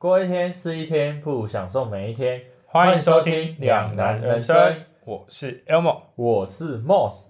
过一天是一天，不如享受每一天。 欢迎收听两难人生，我是 Elmo， 我是 Moss。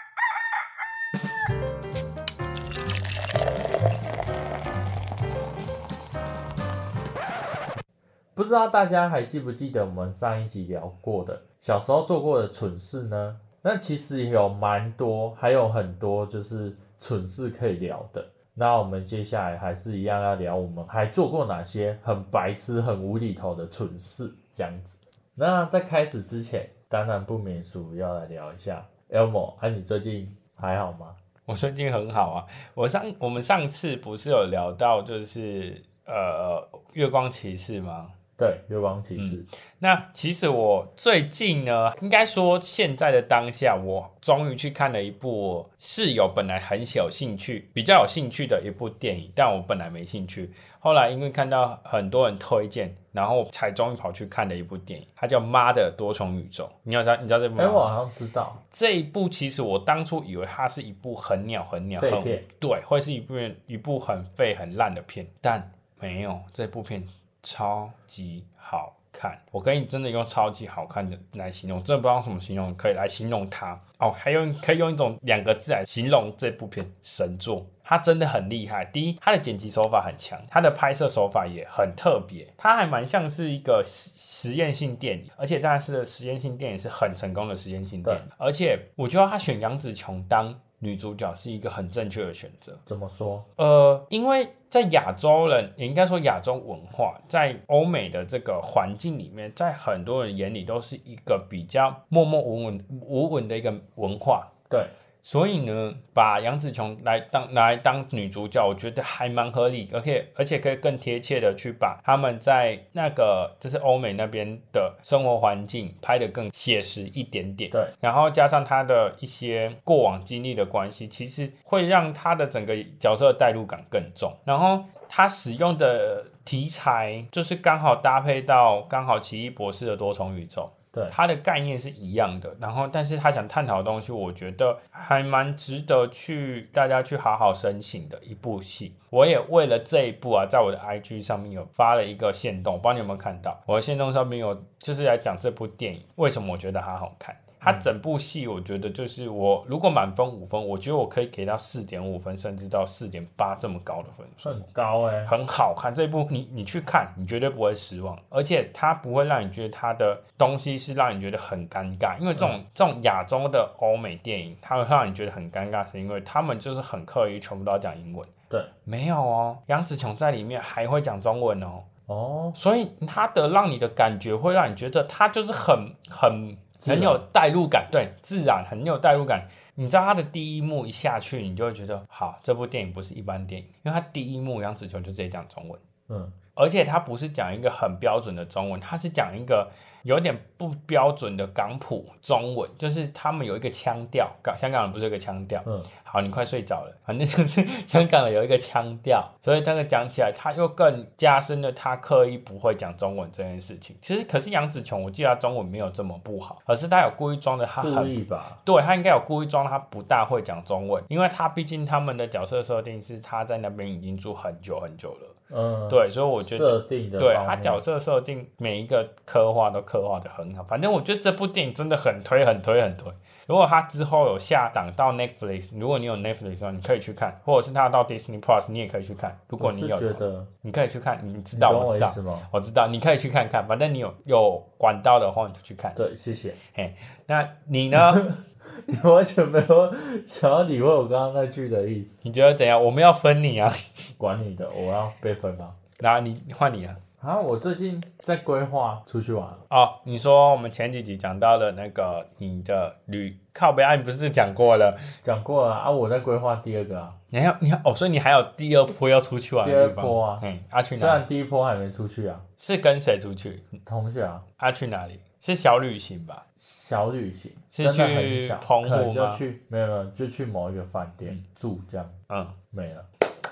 不知道大家还记不记得我们上一集聊过的小时候做过的蠢事呢？那其实也有蛮多，还有很多就是蠢事可以聊的。那我们接下来还是一样要聊我们还做过哪些很白痴、很无厘头的蠢事，这样子。那在开始之前，当然不免俗要来聊一下 Elmo， 你最近还好吗？ 我最近很好啊。我们上次不是有聊到就是月光骑士吗？ 对，月光骑士。 那其实我最近呢，应该说现在的当下，我终于去看了一部我室友本来很有兴趣、比较有兴趣的一部电影，但我本来没兴趣。后来因为看到很多人推荐，然后才终于跑去看的一部电影，它叫《妈的多重宇宙》。你知道这部吗？ 我好像知道。 这一部其实我当初以为它是一部很废片， 对，会是一部很废很烂的片，但没有，这部片超级好看。我跟你真的用超级好看的来形容，真的不知道用什么形容可以来形容它哦，可以用2个字来形容这部片：神作。它真的很厉害。第一，它的剪辑手法很强，它的拍摄手法也很特别，它还蛮像是一个实验性电影，而且当然是实验性电影是很成功的实验性电影。而且我觉得他选杨紫琼当女主角是一个很正确的选择。 怎么说？ 因为在亚洲人，也应该说亚洲文化，在欧美的这个环境里面，在很多人眼里都是一个比较默默无闻的一个文化。对。所以呢，把杨紫琼来当女主角，我觉得还蛮合理，而且可以更贴切的去把他们在那个就是欧美那边的生活环境拍得更写实一点点。 对， 然后加上他的一些过往经历的关系，其实会让他的整个角色的代入感更重。然后他使用的题材就是刚好搭配到刚好奇异博士的多重宇宙。对，它的概念是一样的，然后但是他想探讨的东西，我觉得还蛮值得大家去好好深省的一部戏。我也为了这一部啊，在我的 IG 上面有发了一个限动，不知道你有没有看到？我的限动上面有就是来讲这部电影为什么我觉得它好看。它整部戏我觉得就是我如果满分5分，我觉得我可以给到 4.5 分，甚至到 4.8 这么高的分数， 很高很好看。这一部你去看，你绝对不会失望，而且它不会让你觉得它的东西是让你觉得很尴尬，因为这种亚洲的欧美电影，它会让你觉得很尴尬，是因为他们就是很刻意全部都要讲英文。 对， 没有哦，杨紫琼在里面还会讲中文哦，所以它的让你的感觉会让你觉得它就是很有代入感，对，自然很有代入感。你知道他的第一幕一下去，你就会觉得好，这部电影不是一般电影，因为他第一幕杨紫琼就直接讲中文，而且他不是讲一个很标准的中文，他是讲一个有点不标准的港普中文，就是他们有一个腔调，香港人不是有一个腔调，好，你快睡着了，反正就是香港人有一个腔调，所以这个讲起来，他又更加深了他刻意不会讲中文这件事情。其实可是杨紫琼，我记得他中文没有这么不好，而是他有故意装的他很故意吧？ 对，他应该有故意装他不大会讲中文，因为他毕竟他们的角色设定是他在那边已经住很久很久了。对，所以我觉得设定的对他角色设定每一个刻画都刻画的很好。反正我觉得这部电影真的很推。如果他之后有下档到 Netflix， 如果你有 Netflix 的话，你可以去看，或者是他到 Disney Plus， 你也可以去看。如果你有， 觉得你可以去看，你知道，我知道，你可以去看看。反正你有管道的话，你就去看。 对，谢谢。 那你呢？ 你完全没有想要理会我刚刚那句的意思。 你觉得怎样？我们要分你啊？ 管你的，我要被分吗？ 然后换你啊。 我最近在规划出去玩。 你说我们前几集讲到的那个你的靠北你不是讲过了？ 讲过了我在规划第二个啊。 所以你还有第二波要出去玩的地方？ 第二波啊。 去哪里？ 虽然第一波还没出去啊。 是跟谁出去？ 同学啊。 去哪里？是小旅行吧？ 小旅行是去澎湖吗？ 没有，就去某一个饭店住这样。没了。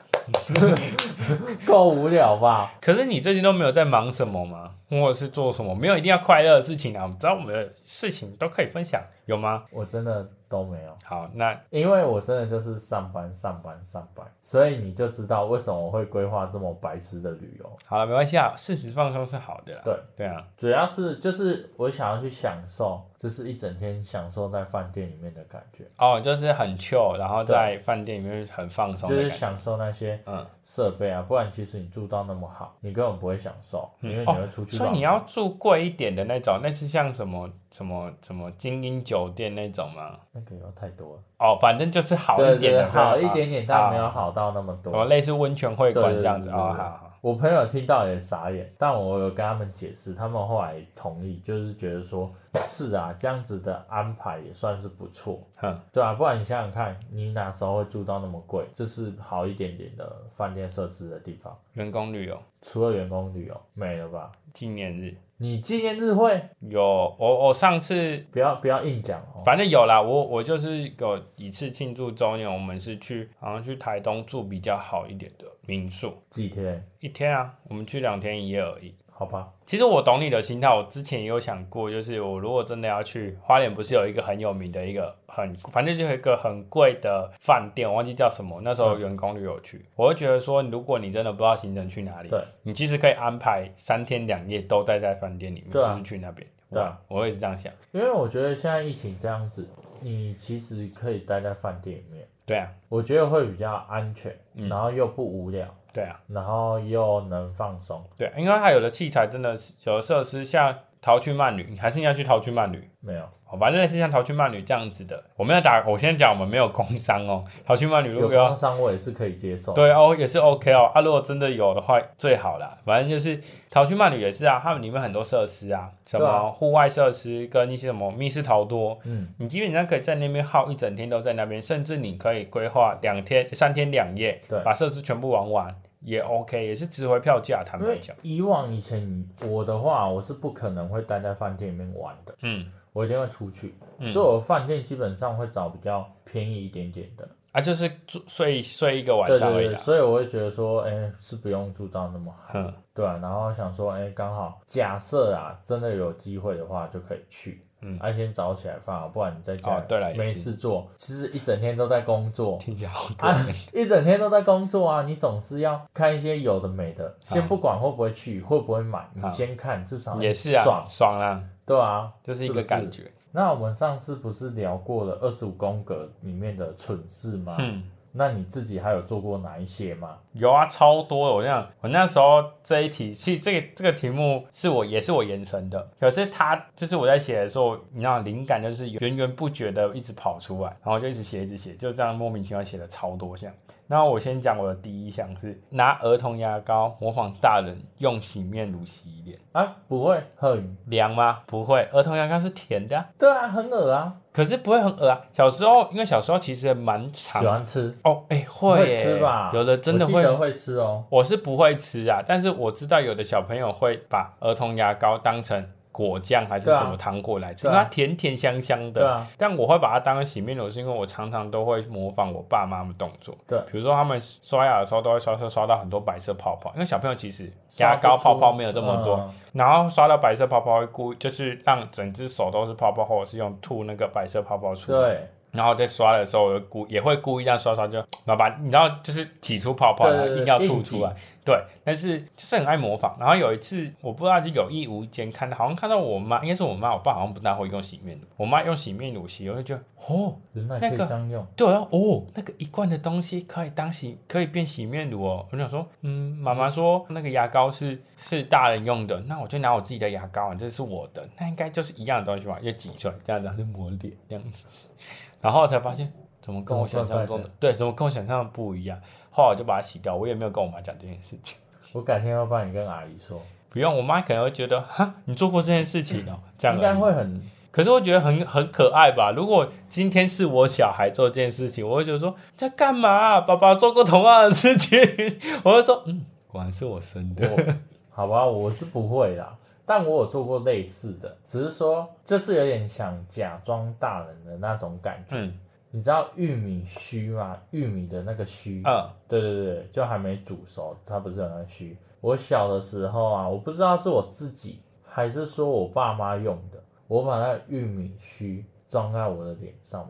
够无聊吧？ 可是你最近都没有在忙什么吗？或者是做什么？没有一定要快乐的事情啊，我们知道我们的事情都可以分享，有吗？ 我真的都没有。 好，那因为我真的就是上班，所以你就知道为什么我会规划这么白痴的旅游。 好了，没关系啊，适时放松是好的啦。对啊， 主要是就是我想要去享受，就是一整天享受在饭店里面的感觉。 哦，就是很 chill，然后在饭店里面很放松的感觉， 就是享受那些设备啊，不然其实你住到那么好，你根本不会享受，因为你会出去。 所以你要住贵一点的那种，那是像什么精英酒店那种吗？ 那个有太多了。 哦，反正就是好一点的， 好一点点，但没有好到那么多。 什么类似温泉会馆这样子哦，好。 我朋友听到也傻眼，但我有跟他们解释，他们后来同意，就是觉得说，是啊，这样子的安排也算是不错，对啊，不然你想想看，你哪时候会住到那么贵？就是好一点点的饭店设施的地方。 员工旅游， 除了员工旅游，没了吧？ 纪念日， 你纪念日会有？我上次不要硬讲哦， 反正有啦，我就是有一次庆祝周年，我们是好像去台东住比较好一点的民宿， 几天 ？1天啊，我们去2天1夜而已。 好吧， 其实我懂你的心态，我之前也有想过，就是我如果真的要去花莲，不是有一个很有名的一个反正就有一个很贵的饭店，我忘记叫什么，那时候员工旅游去，我会觉得说，如果你真的不知道行程去哪里， 对， 你其实可以安排3天2夜都待在饭店里面，就是去那边。对啊，我也是这样想， 因为我觉得现在疫情这样子，你其实可以待在饭店里面。 对啊， 我觉得会比较安全，然后又不无聊。 对啊， 然后又能放松。 对，因为它有的器材真的有的设施像逃去慢旅，还是要去逃去慢旅？ 没有， 反正是像逃去慢旅这样子的。我先讲，我们没有工商哦。逃去慢旅如果有工商，我也是可以接受。 对哦，也是 OK 哦。如果真的有的话，最好啦。反正就是逃去慢旅也是啊，他们里面很多设施啊，什么户外设施跟一些什么密室逃脱，你基本上可以在那边耗一整天都在那边，甚至你可以规划3天2夜，把设施全部玩完。也 OK， 也是值回票价。坦白讲， 以前我的话，我是不可能会待在饭店里面玩的。我一定会出去，所以我饭店基本上会找比较便宜一点点的。 就是睡一个晚上而已。 对，所以我会觉得说，是不用住到那么好。对啊，然后想说，刚好假设啊，真的有机会的话，就可以去。先早起来放好，不然你在家没事做，其实一整天都在工作， 听起来好一整天都在工作啊，你总是要看一些有的没的，先不管会不会去，会不会买，你先看，至少也是啊，爽啊， 对啊， 就是一个感觉。 那我们上次不是聊过了25宫格里面的蠢事吗？那你自己还有做过哪一些吗？ 有啊，超多的。我那时候这一题，其实这个题目也是我延伸的，可是就是我在写的时候，你知道灵感就是源源不绝的一直跑出来，然后就一直写，就这样莫名其妙写了超多项。那我先讲我的第一项是拿儿童牙膏模仿大人用洗面乳洗脸啊，不会很凉吗？不会，儿童牙膏是甜的。 对啊，很恶啊。 可是不会很恶啊。因为小时候其实也蛮常喜欢吃哦， 会吃吧？ 有的真的我记得会吃哦。 我是不会吃啊，但是我知道有的小朋友会把儿童牙膏当成果酱还是什么糖果来吃，因为它甜甜香香的。但我会把它当成洗面乳，是因为我常常都会模仿我爸妈的动作。对，比如说他们刷牙的时候都会刷到很多白色泡泡，因为小朋友其实牙膏泡泡没有这么多，然后刷到白色泡泡会就是让整只手都是泡泡，或者是用吐那个白色泡泡出来。对。然后在刷的时候，也会故意这样刷，就然后你知道就是挤出泡泡，然后硬要吐出来。对，但是就是很爱模仿。然后有一次我不知道就有意无意间好像看到我妈，应该是我妈，我爸好像不大会用洗面乳，我妈用洗面乳洗，我就觉得原来可以这样用。 对啊，那个一罐的东西可以变洗面乳哦。我就想说，妈妈说那个牙膏是大人用的，那我就拿我自己的牙膏，这是我的，那应该就是一样的东西嘛，就挤出来这样子就抹脸这样子。然后才发现怎么跟我想象中的怎么跟我想象的不一样。后来我就把它洗掉，我也没有跟我妈讲这件事情。 我改天要帮你跟阿姨说。 不用，我妈可能会觉得你做过这件事情哦，这样应该会很。 可是我觉得很可爱吧。如果今天是我小孩做这件事情，我会觉得说在干嘛？爸爸做过同样的事情，我会说果然是我生的。 好吧，我是不会啦。但我有做过类似的，只是说就是有点想假装大人的那种感觉。你知道玉米须吗？玉米的那个须，对，就还没煮熟，它不是有那个须。我小的时候啊，我不知道是我自己还是说我爸妈用的，我把那个玉米须装在我的脸上面，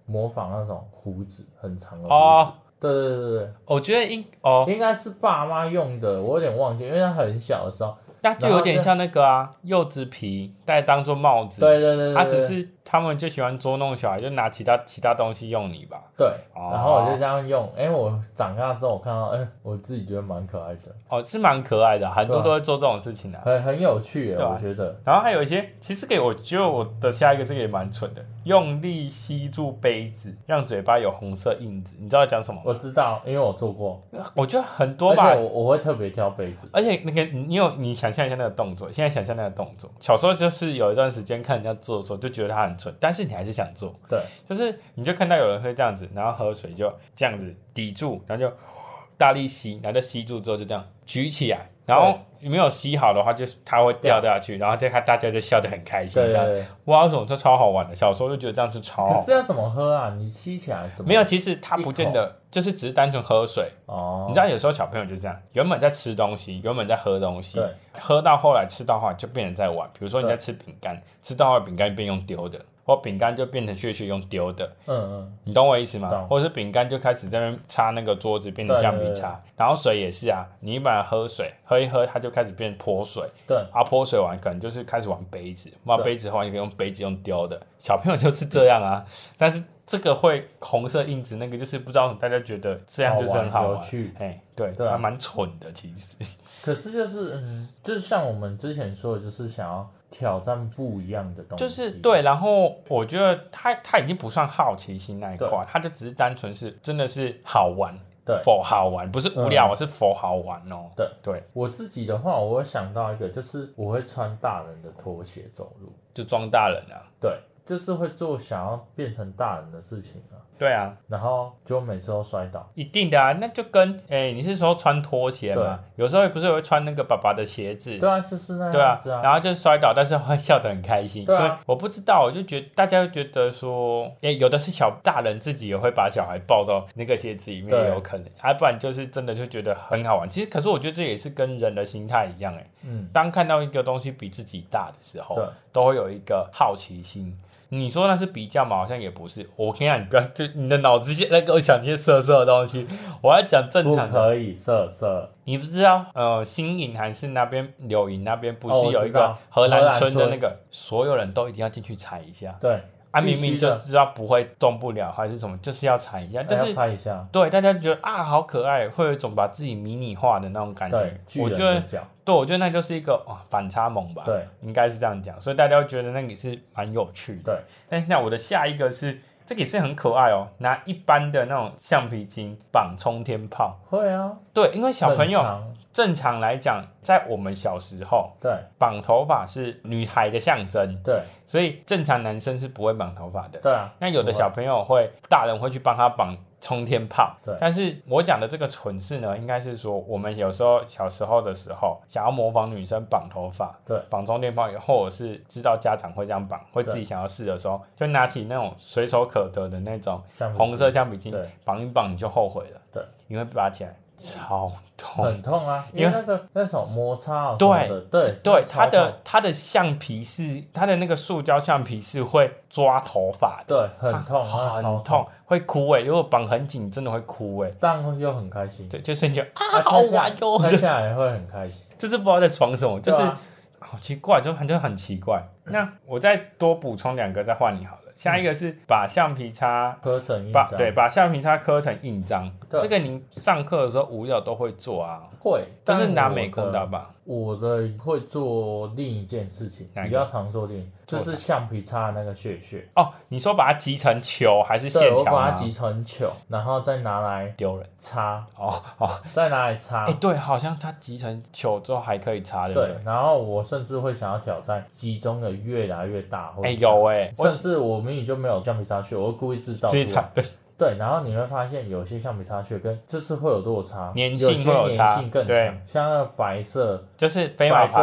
模仿那种胡子很长的胡子。对， 我觉得应该是爸妈用的，我有点忘记，因为他很小的时候， 那就有点像那个柚子皮带当做帽子。 对， 他只是他们就喜欢捉弄小孩，就拿其他东西用你吧。 对，然后我就这样用。我长大之后我看到，我自己觉得蛮可爱的。 是蛮可爱的，很多都会做这种事情很有趣耶，我觉得。 然后还有一些，其实我觉得我的下一个这个也蛮蠢的，用力吸住杯子，让嘴巴有红色印子。你知道讲什么吗？ 我知道，因为我做过。 我觉得很多吧， 而且我会特别挑杯子。 而且那个你想象一下那个动作，现在想象那个动作，小时候就是有一段时间看人家做的时候，就觉得他很蠢，但是你还是想做。 对， 就是你就看到有人会这样子，然后喝水就这样子抵住，然后就大力吸，然后就吸住之后就这样举起来，然后没有吸好的话，就它会掉下去，然后大家就笑得很开心。 对， 哇，为什么这超好玩的？小时候就觉得这样子超好玩。 可是要怎么喝啊？你吸起来怎么？ 没有，其实它不见得就是只是单纯喝水。你知道有时候小朋友就这样，原本在吃东西，原本在喝东西，喝到后来吃到后来就变成在玩。比如说你在吃饼干，吃到后来饼干变用丢的。或饼干就变成屑用丢的，你懂我意思吗？或者是饼干就开始在那边擦那个桌子，变成橡皮擦。然后水也是啊，你一般喝水，喝一喝它就开始变泼水，泼水完可能就是开始玩杯子，玩杯子后就可以用杯子用丢的，小朋友就是这样啊。但是这个会红色印子，那个就是不知道大家觉得这样就是很好玩， 有趣， 对，还蛮蠢的其实。 可是就是像我们之前说的，就是想要挑战不一样的东西， 就是对。然后我觉得他已经不算好奇心那一块，他就只是单纯是真的是好玩，否好玩，不是无聊，是否好玩哦。对， 我自己的话，我会想到一个，就是我会穿大人的拖鞋走路， 就装大人啊。 对，就是会做想要变成大人的事情啊。 对啊， 然后就每次都摔倒， 一定的啊，那就跟你是说穿拖鞋吗？有时候不是会穿那个爸爸的鞋子？ 对啊，就是那样子啊。 然后就摔倒，但是会笑得很开心。 对啊， 因为我不知道，我就觉得大家会觉得说，有的是大人自己也会把小孩抱到那个鞋子里面，也有可能，不然就是真的就觉得很好玩。其实，可是我觉得这也是跟人的心态一样，当看到一个东西比自己大的时候，都会有一个好奇心。你说那是比较吗？好像也不是。我跟你讲，你不要就你的脑子在给我想一些色的东西。我要讲正常的。 不可以色。 你不知道新营还是那边柳营那边不是有一个荷兰村的那个，所有人都一定要进去踩一下。 对。 明明就知道不会动不了还是什么，就是要踩一下，就是要拍一下。 对，大家就觉得好可爱，会有一种把自己迷你化的那种感觉。 对， 我觉得那就是一个反差萌吧。 对， 应该是这样讲，所以大家会觉得那个是蛮有趣的。对，那我的下一个是这个也是很可爱哦，拿一般的那种橡皮筋绑冲天炮。 会啊。 对，因为小朋友正常来讲，在我们小时候，绑头发是女孩的象征，所以正常男生是不会绑头发的。 对啊， 那有的小朋友大人会去帮他绑冲天炮。但是我讲的这个蠢事呢，应该是说我们有时候小时候的时候，想要模仿女生绑头发，绑冲天炮，或者是知道家长会这样绑，会自己想要试的时候，就拿起那种随手可得的那种红色橡皮筋，绑一绑你就后悔了，你会拔起来。超痛， 很痛啊！因为那种摩擦什么的， 对，它的橡皮是它的那个塑胶橡皮是会抓头发的， 对，很痛， 很痛，会哭如果绑很紧，真的会哭但又很开心， 对，就是你觉得好玩哟， 拆下来会很开心， 就是不知道在爽什么，就是好奇怪，就很奇怪。那我再多补充2个，再换你好了。下一个是把橡皮擦刻成印章， 把橡皮擦刻成印章。这个你上课的时候无聊都会做啊， 会， 就是拿美工刀吧。 我的会做另一件事情，比较常做就是橡皮擦的那个屑屑。 你说把它集成球还是线条？ 对，我把它集成球，然后再拿来丢人擦。再拿来擦。 对，好像它集成球之后还可以擦，对不对？ 对，然后我甚至会想要挑战集中的越来越大。 甚至我明明就没有橡皮擦屑，我会故意制造出来。对，然后你会发现有些橡皮擦屑跟就是会有落差， 粘性会有差， 粘性更强。像那个白色就是飞马牌，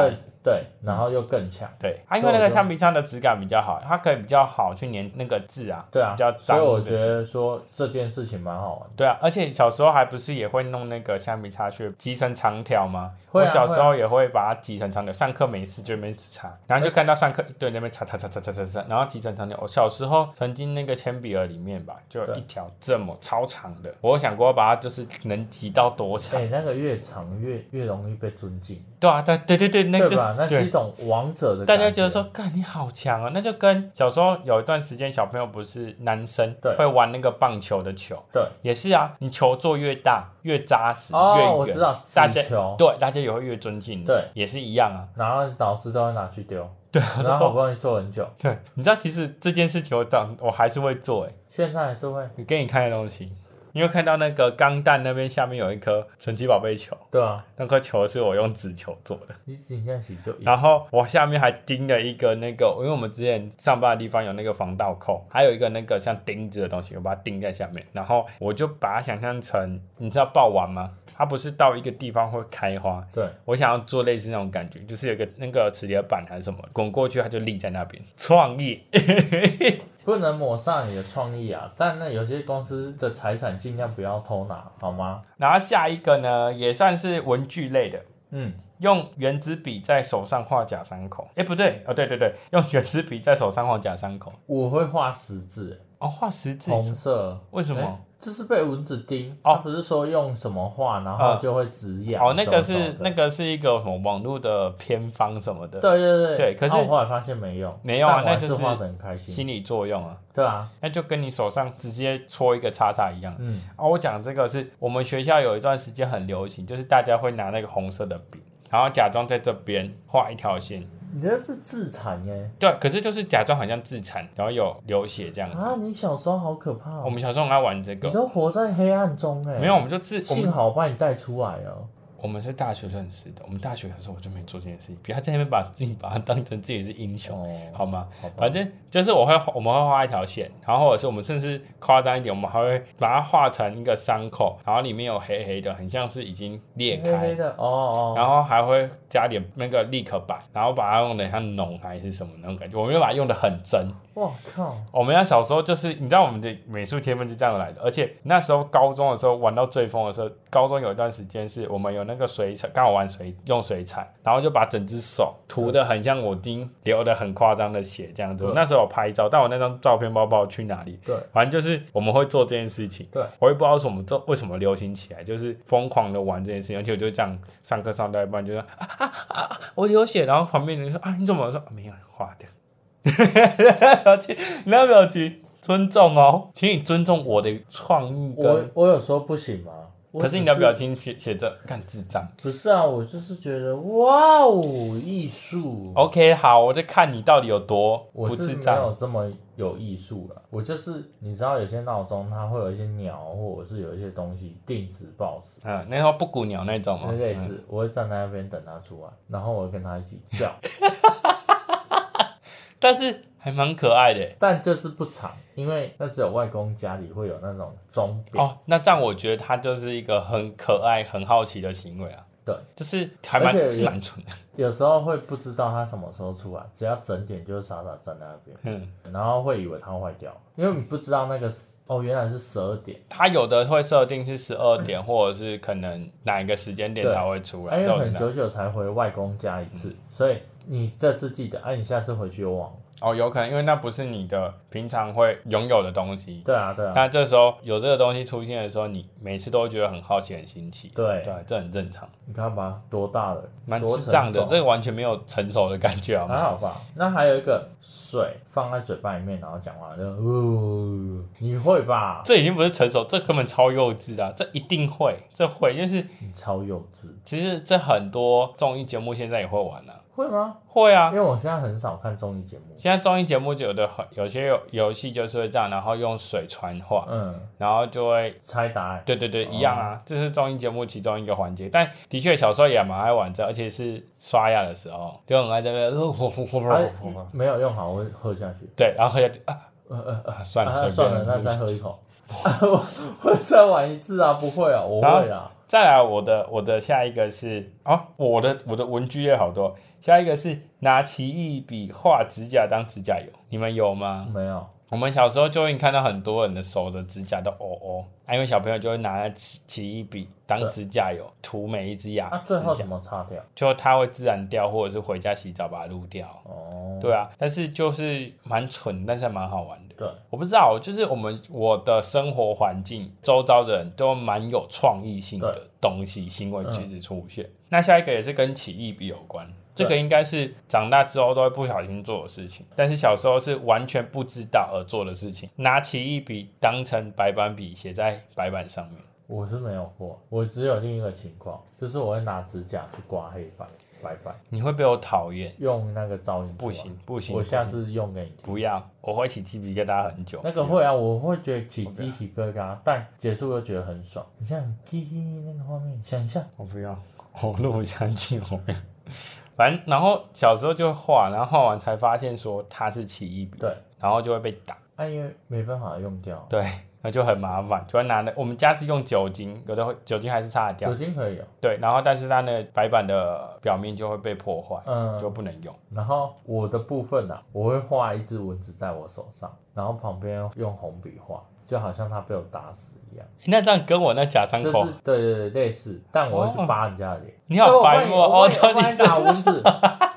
对，然后又更强。 对，因为那个橡皮擦的质感比较好，它可以比较好去粘那个字啊。 对啊， 比较脏。 所以我觉得说这件事情蛮好玩的。 对啊，而且小时候还不是也会弄那个橡皮擦去挤成长条吗？ 会啊， 我小时候也会把它挤成长条，上课没事就在那边擦，然后就看到上课一堆那边擦，然后挤成长条。我小时候曾经那个铅笔盒里面吧，就有一条这么超长的，我有想过把它就是能挤到多长。 那个越长越容易被尊敬。 对啊，对，那对吧？那是一种王者的感觉。 大家觉得说，干你好强啊！那就跟小时候有一段时间，小朋友不是男生会玩那个棒球的球， 对， 也是啊。你球做越大、越扎实、越远， 我知道， 大家球， 对，大家也会越尊敬你。 对， 也是一样啊。 然后导师都会拿去丢， 对， 然后好不容易做很久。 对，你知道其实这件事情我还是会做现在还是会。 给你看的东西。你有看到那个钢弹那边下面有一颗神奇宝贝球？ 对啊， 那颗球是我用纸球做的。 你现在洗就。 然后我下面还钉了一个那个，因为我们之前上班的地方有那个防盗扣，还有一个那个像钉子的东西，我把它钉在下面。然后我就把它想象成，你知道爆丸吗？它不是到一个地方会开花？ 对， 我想要做类似那种感觉，就是有个那个磁铁板还是什么，滚过去它就立在那边，创意。 不能抹杀你的创意啊！但那有些公司的财产尽量不要偷拿，好吗？ 然后下一个呢，也算是文具类的，用原子笔在手上画假伤口。不对，对，用原子笔在手上画假伤口。 我会画十字， 画十字， 红色， 为什么？ 就是被蚊子叮，他不是说用什么画，然后就会止痒。 那个是一个什么网络的偏方什么的。 对， 可是我后来发现没用啊， 那就是画得很开心， 心理作用啊。 对啊， 那就跟你手上直接戳一个叉叉一样。我讲这个是我们学校有一段时间很流行，就是大家会拿那个红色的笔，然后假装在这边画一条线。 你这是自残耶？ 对，可是就是假装好像自残，然后有流血这样子啊！你小时候好可怕我们小时候很爱玩这个。 你都活在黑暗中哎。 没有，我们就幸好把你带出来了。 我们是大学认识的，我们大学的时候我就没做这件事情，不要在那边把它当成自己是英雄，好吗？反正就是我们会画一条线，然后或者是我们甚至夸张一点，我们还会把它画成一个伤口，然后里面有黑黑的，很像是已经裂开， 黑黑的然后还会加点那个立可白，然后把它用的像脓还是什么那种感觉，我们就把它用的很真。 哇靠！ 我们那小时候就是你知道我们的美术天分就这样来的，而且那时候高中的时候玩到最疯的时候，高中有一段时间是我们有那个水彩，刚好玩用水彩，然后就把整只手涂的很像我丁流的很夸张的血这样子。我那时候有拍照，但我那张照片不知道去哪里。 对， 反正就是我们会做这件事情。 对， 我也不知道为什么流行起来，就是疯狂的玩这件事情，而且我就这样上课上到一半就说我流血，然后旁边人就说你怎么了？我说没有画的。你那表情尊重哦，请你尊重我的创意。 我有说不行吗？ 可是你的表情写着干智障。 不是啊，我就是觉得哇哦，艺术。 OK， 好，我在看你到底有多不智障。 我是没有这么有艺术了，我就是你知道有些闹钟它会有一些鸟或者是有一些东西定时报时， 那时候布谷鸟那种吗？ 类似，我会站在那边等它出来，然后我会跟它一起叫。 但是还蛮可爱的， 但就是不长，因为那只有外公家里会有那种钟表。 那这样我觉得它就是一个很可爱、很好奇的行为啊。 对， 就是还蛮蠢的。 有时候会不知道它什么时候出来，只要整点就傻傻站在那边，然后会以为它坏掉，因为你不知道那个原来是12点。 它有的会设定是12点，或者是可能哪一个时间点才会出来， 因为很久久才回外公家一次，所以你这次记得，你下次回去又忘了。 有可能，因为那不是你的平常会拥有的东西。 对啊。 那这时候有这个东西出现的时候，你每次都会觉得很好奇、很新奇。 对， 这很正常。 你看吧，多大了， 蛮智障的，这个完全没有成熟的感觉， 还好吧？那还有一个水放在嘴巴里面，然后讲话就你会吧？ 这已经不是成熟，这根本超幼稚啊！这一定会，这会就是你超幼稚。 其实这很多综艺节目现在也会玩啊。 会吗？ 会啊， 因为我现在很少看综艺节目。 现在综艺节目就有些游戏就是会这样，然后用水传话，然后就会猜答案。 对，一样啊，这是综艺节目其中一个环节。但的确小时候也蛮爱玩这，而且是刷牙的时候就很爱这边没有用好，我会喝下去。 对，然后喝下去算了， 那再喝一口。我会再玩一次啊，不会啊，我会啊。 再来我的下一个是我的文具也好多，下一个是拿奇异笔画指甲当指甲油，你们有吗？ 没有。 我们小时候就会看到很多人的手的指甲都因为小朋友就会拿那奇异笔当指甲油涂每一只牙。 那最后怎么擦掉？ 就它会自然掉，或者是回家洗澡把它撸掉。对啊，但是就是蛮蠢，但是还蛮好玩的。 对， 我不知道，就是我的生活环境周遭的人都蛮有创意性的东西，行为举止出现。那下一个也是跟奇异笔有关。这个应该是长大之后都会不小心做的事情，但是小时候是完全不知道而做的事情。拿奇异笔当成白板笔写在白板上面。 我是没有过，我只有另一个情况，就是我会拿指甲去刮黑板白板。 你会被我讨厌， 用那个噪音。 不行， 我下次用给你听。 不要，我会起鸡皮疙瘩很久。 那个会啊，我会觉得起鸡皮疙瘩，但结束又觉得很爽。你像那个画面，想一下。 我不要，我录不下去，我不要。反正然后小时候就会画，然后画完才发现说它是奇异笔， 对， 然后就会被打。 因为没办法用掉。 对，那就很麻烦，就会拿我们家是用酒精，有的酒精还是擦得掉。 酒精可以有。 对，然后但是它那个白板的表面就会被破坏，就不能用。 然后我的部分啊，我会画一只蚊子在我手上，然后旁边用红笔画。就好像他被我打死一样。 那这样跟我那假伤口， 对类似，但我会去扒人家的脸。 你好白目我帮你打蚊子。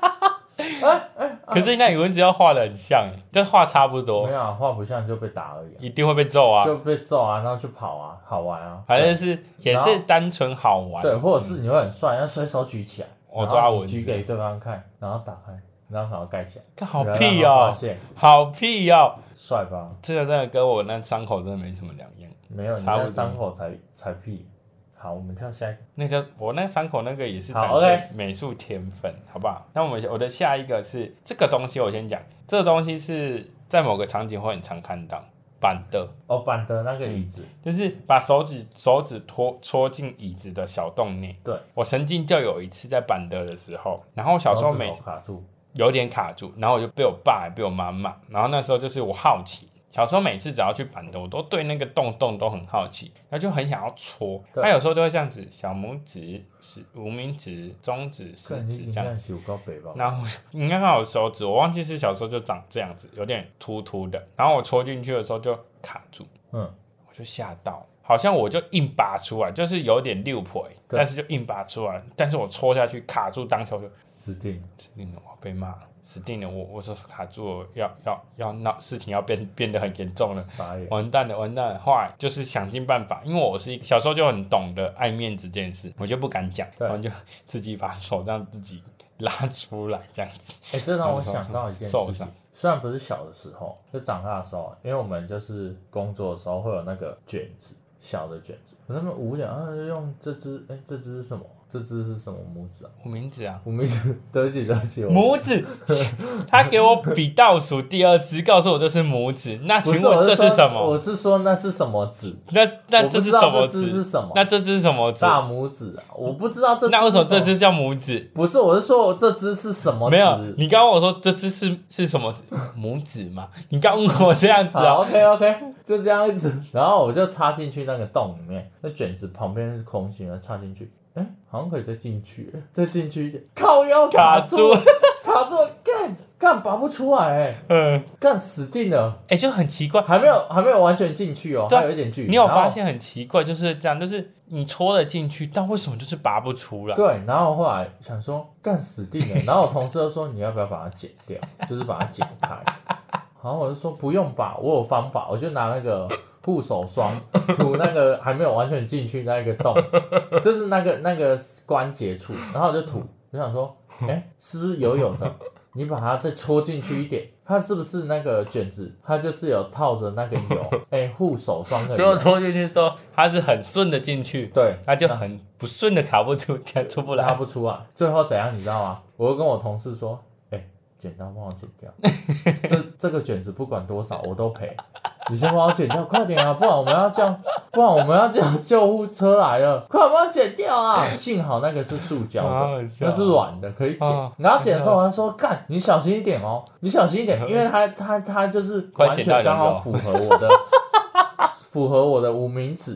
可是那你蚊子要画的很像，就画差不多。 没有画不像就被打而已。 一定会被揍啊！ 就被揍啊，然后就跑啊，好玩啊。 反正是也是单纯好玩。 对，或者是你会很帅，要随手举起来， 我抓蚊子， 举给对方看，然后打开。然后把它盖起来， 好屁哦！好屁哦！ 帅吧？ 这个真的跟我那伤口真的没什么两样。 没有，你那伤口才屁。好，我们跳下一个。 那叫我那伤口那个也是展现美术天分，好不好？那我的下一个是这个东西，我先讲，这个东西是在某个场景会很常看到。板的板的那个椅子， 就是把手指戳进椅子的小洞内。 对， 我曾经就有一次在板的时候，然后小时候有点卡住，然后我就被我爸也被我妈骂，然后那时候就是我好奇，小时候每次只要去板的，我都对那个洞都很好奇，然后就很想要戳。他有时候都会这样子，小拇指、无名指、中指、食指这样子。然后你看看我手指，我忘记是小时候就长这样子，有点凸凸的。然后我戳进去的时候就卡住，我就吓到，好像我就硬拔出来，就是有点溜腿，但是就硬拔出来，但是我戳下去卡住，当球就死定了，我被骂了。死定了！我说卡住了，要闹事情要变得很严重了，完蛋了！后来就是想尽办法，因为我是小时候就很懂得爱面子这件事，我就不敢讲，然后就自己把手这样自己拉出来这样子。 这让我想到一件事情，虽然不是小的时候，就长大的时候，因为我们就是工作的时候会有那个卷子，小的卷子，我那么无聊，用这只，这只是什么？这只是什么拇指啊？ 无名指啊！ 无名指，对不起。 拇指，他给我比倒数第二只，告诉我这是拇指。那请问这是什么？ 我是说那是什么指？ 那这是什么指？ 这只是什么？ 那这只是什么指？ 大拇指啊！我不知道这只。 那为什么这只叫拇指？ 不是，我是说这只是什么指？ 没有，你刚刚我说这只是什么指？拇指嘛？你刚问我这样子啊 ？OK， 就这样子。然后我就插进去那个洞里面，那卷子旁边是空心的，插进去。好像可以再进去一点，靠腰卡住，干拔不出来干死定了， 就很奇怪， 还没有完全进去还有一点距离。 你有发现很奇怪，就是这样，就是你戳了进去，但为什么就是拔不出来？ 对，然后后来想说干死定了，然后我同事就说你要不要把它剪掉，就是把它剪开。然后我就说不用吧，我有方法，我就拿那个护手霜涂那个还没有完全进去那个洞，就是那个关节处，然后我就涂，我想说，是不是油的？你把它再戳进去一点，它是不是那个卷子？它就是有套着那个油，护手霜的油。 最后戳进去之后，它是很顺的进去， 对， 它就很不顺的卡不出，出不来， 拉不出来。最后怎样，你知道吗？我就跟我同事说。剪刀帮我剪掉，这个卷子不管多少我都赔，你先帮我剪掉，快点啊，不然我们要叫救护车来了，快帮我剪掉啊！幸好那个是塑胶的，那是软的，可以剪。然后剪的时候我还说，干，你小心一点哦，你小心一点，因为它就是完全刚好符合我的无名指。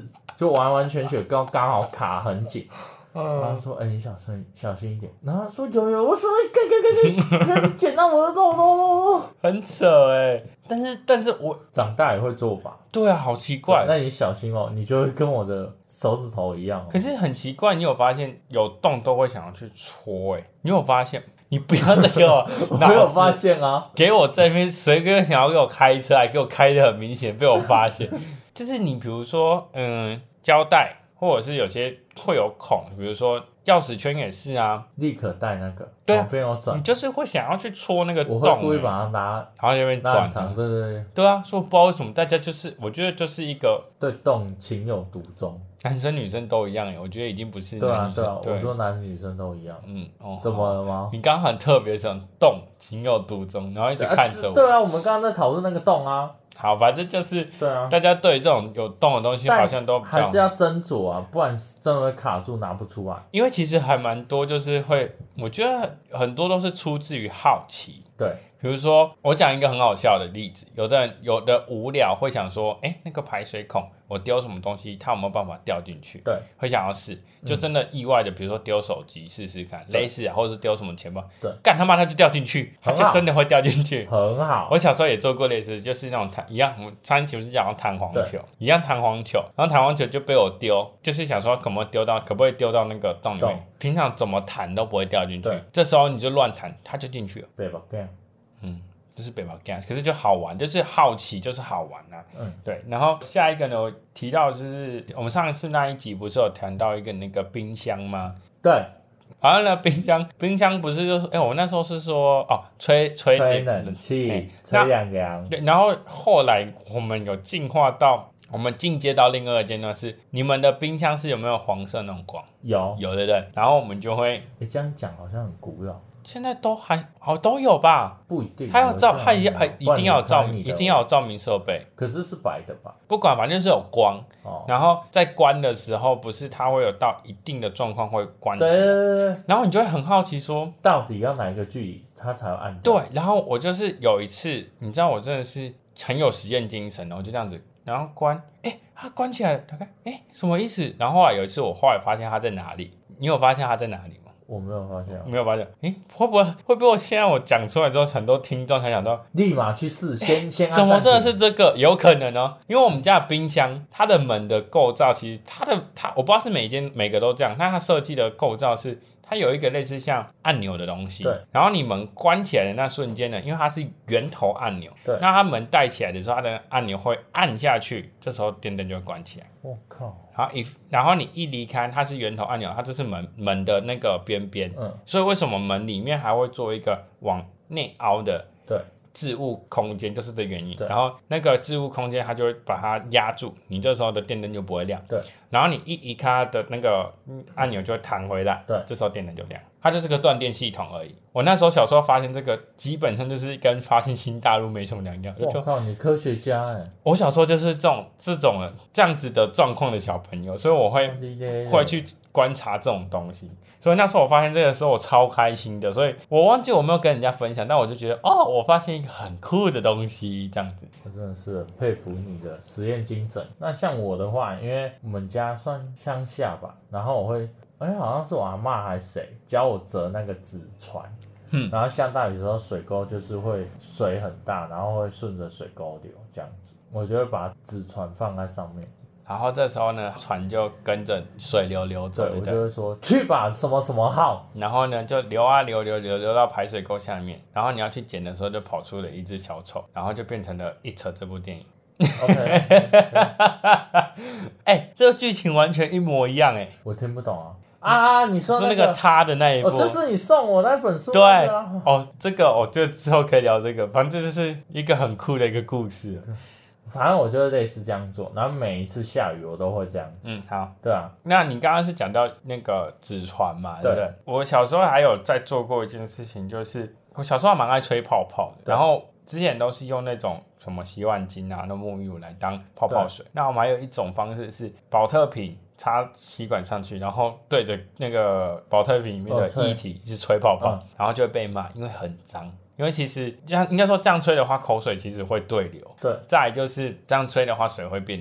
就完完全全刚好卡很紧。然后说：“你小心一点。”然后他说：“有。”我说：“可以剪到我的肉。” 很扯但是我长大也会做吧？ 对啊，好奇怪。 那你小心哦，你就会跟我的手指头一样。 可是很奇怪，你有发现有洞都会想要去戳你有发现？你不要再给我， 我有发现啊！ 给我这边随便想要给我开车，还给我开的很明显，被我发现。就是你比如说，胶带。或者是有些会有孔，比如说钥匙圈也是啊， 立可带那个， 对， 旁边有转， 你就是会想要去戳那个洞， 我会故意把它拿， 然后那边转， 对啊，说不知道为什么大家就是，我觉得就是一个对洞情有独钟， 男生女生都一样我觉得已经不是男女生， 对啊，我说男女生都一样，怎么了吗？ 你刚刚很特别讲洞情有独钟，然后一直看着我， 对啊，我们刚刚在讨论那个洞啊。 好，反正就是对啊， 大家对这种有洞的东西好像都还是要斟酌啊，不然真的会卡住拿不出来。 因为其实还蛮多，就是会，我觉得很多都是出自于好奇。 对， 比如说我讲一个很好笑的例子，有的无聊会想说，那个排水孔我丢什么东西，它有没有办法掉进去？ 对， 会想要试，就真的意外的，比如说丢手机试试看，类似啊，或者是丢什么钱包， 对， 干他妈它就掉进去，它就真的会掉进去， 很好。 我小时候也做过类似，就是那种一样，我们上一期不是讲到弹簧球，一样弹簧球，然后弹簧球就被我丢，就是想说可不可以丢到那个洞里面，平常怎么弹都不会掉进去，这时候你就乱弹，它就进去了。 对吧？这样， 就是北跑 gas， 可是就好玩，就是好奇，就是好玩啊。对。然后下一个呢，我提到就是我们上一次那一集不是有谈到一个那个冰箱吗？ 对。 好像呢，冰箱不是就是我那时候是说吹冷气，吹凉。 对。然后后来我们有进阶到另外一个阶段是，你们的冰箱是有没有黄色那种光？有对不对？然后我们就会， 这样讲好像很古老。 现在都有吧？ 不一定， 它一定要有照明设备。 可是是白的吧？ 不管，反正是有光。然后在关的时候，不是它会有到一定的状况会关起来。对。然后你就会很好奇说， 到底要哪一个距离它才会按？ 对。然后我就是有一次，你知道我真的是很有实验精神，我就这样子，然后关，它关起来了，大概什么意思？然后后来有一次，我后来发现它在哪里？你有发现它在哪里吗？ 我没有发现， 会不会我现在我讲出来之后，很多听众才想到， 立马去试，先怎么真的是这个？有可能哦，因为我们家的冰箱，它的门的构造，其实我不知道是每个都这样，但它设计的构造是，它有一个类似像按钮的东西， 对，然后你门关起来的那瞬间呢，因为它是圆头按钮， 对， 那它门带起来的时候，它的按钮会按下去，这时候电灯就会关起来。 我靠！ 然后你一离开，它是圆头按钮，它就是门的那个边边，所以为什么门里面还会做一个往内凹的置物空间，就是这原因。然后那个置物空间，它就会把它压住，你这时候的电灯就不会亮。 对。 然后你一移开它的那个按钮就会弹回来， 对， 这时候电灯就亮。它就是个断电系统而已。我那时候小时候发现这个，基本上就是跟发现新大陆没什么两样。 我靠，你科学家我小时候就是这样子的状况的小朋友，所以我会去观察这种东西。所以那时候我发现这个时候我超开心的，所以我忘记我没有跟人家分享，但我就觉得我发现一个很酷的东西，这样子。 我真的是很佩服你的实验精神。那像我的话，因为我们家算乡下吧，然后我会。好像是我阿嬷还是谁教我折那个纸船，然后下大雨的时候水沟就是会水很大，然后会顺着水沟流这样子，我就会把纸船放在上面， 然后这时候呢，船就跟着水流流走， 对，我就会说去吧，什么什么号， 然后呢就流啊流到排水沟下面，然后你要去捡的时候就跑出了一只小丑，然后就变成了《It》这部电影。 OK， 这个剧情完全一模一样我听不懂啊！你说那个他的那一部， 这是你送我那本书， 对这个我觉得之后可以聊这个，反正这就是一个很酷的一个故事。 反正我就类似这样做，然后每一次下雨我都会这样子。 好， 对啊。 那你刚刚是讲到那个纸船嘛，对不对？我小时候还有在做过一件事情，就是我小时候蛮爱吹泡泡的，然后之前都是用那种什么洗碗巾啊、那沐浴乳来当泡泡水。那我们还有一种方式是保特瓶插吸管上去，然后对着那个保特瓶里面的液体是吹泡泡，然后就会被骂，因为很脏。因为其实应该说这样吹的话，口水其实会对流。 对。 再来就是这样吹的话，水会变脏。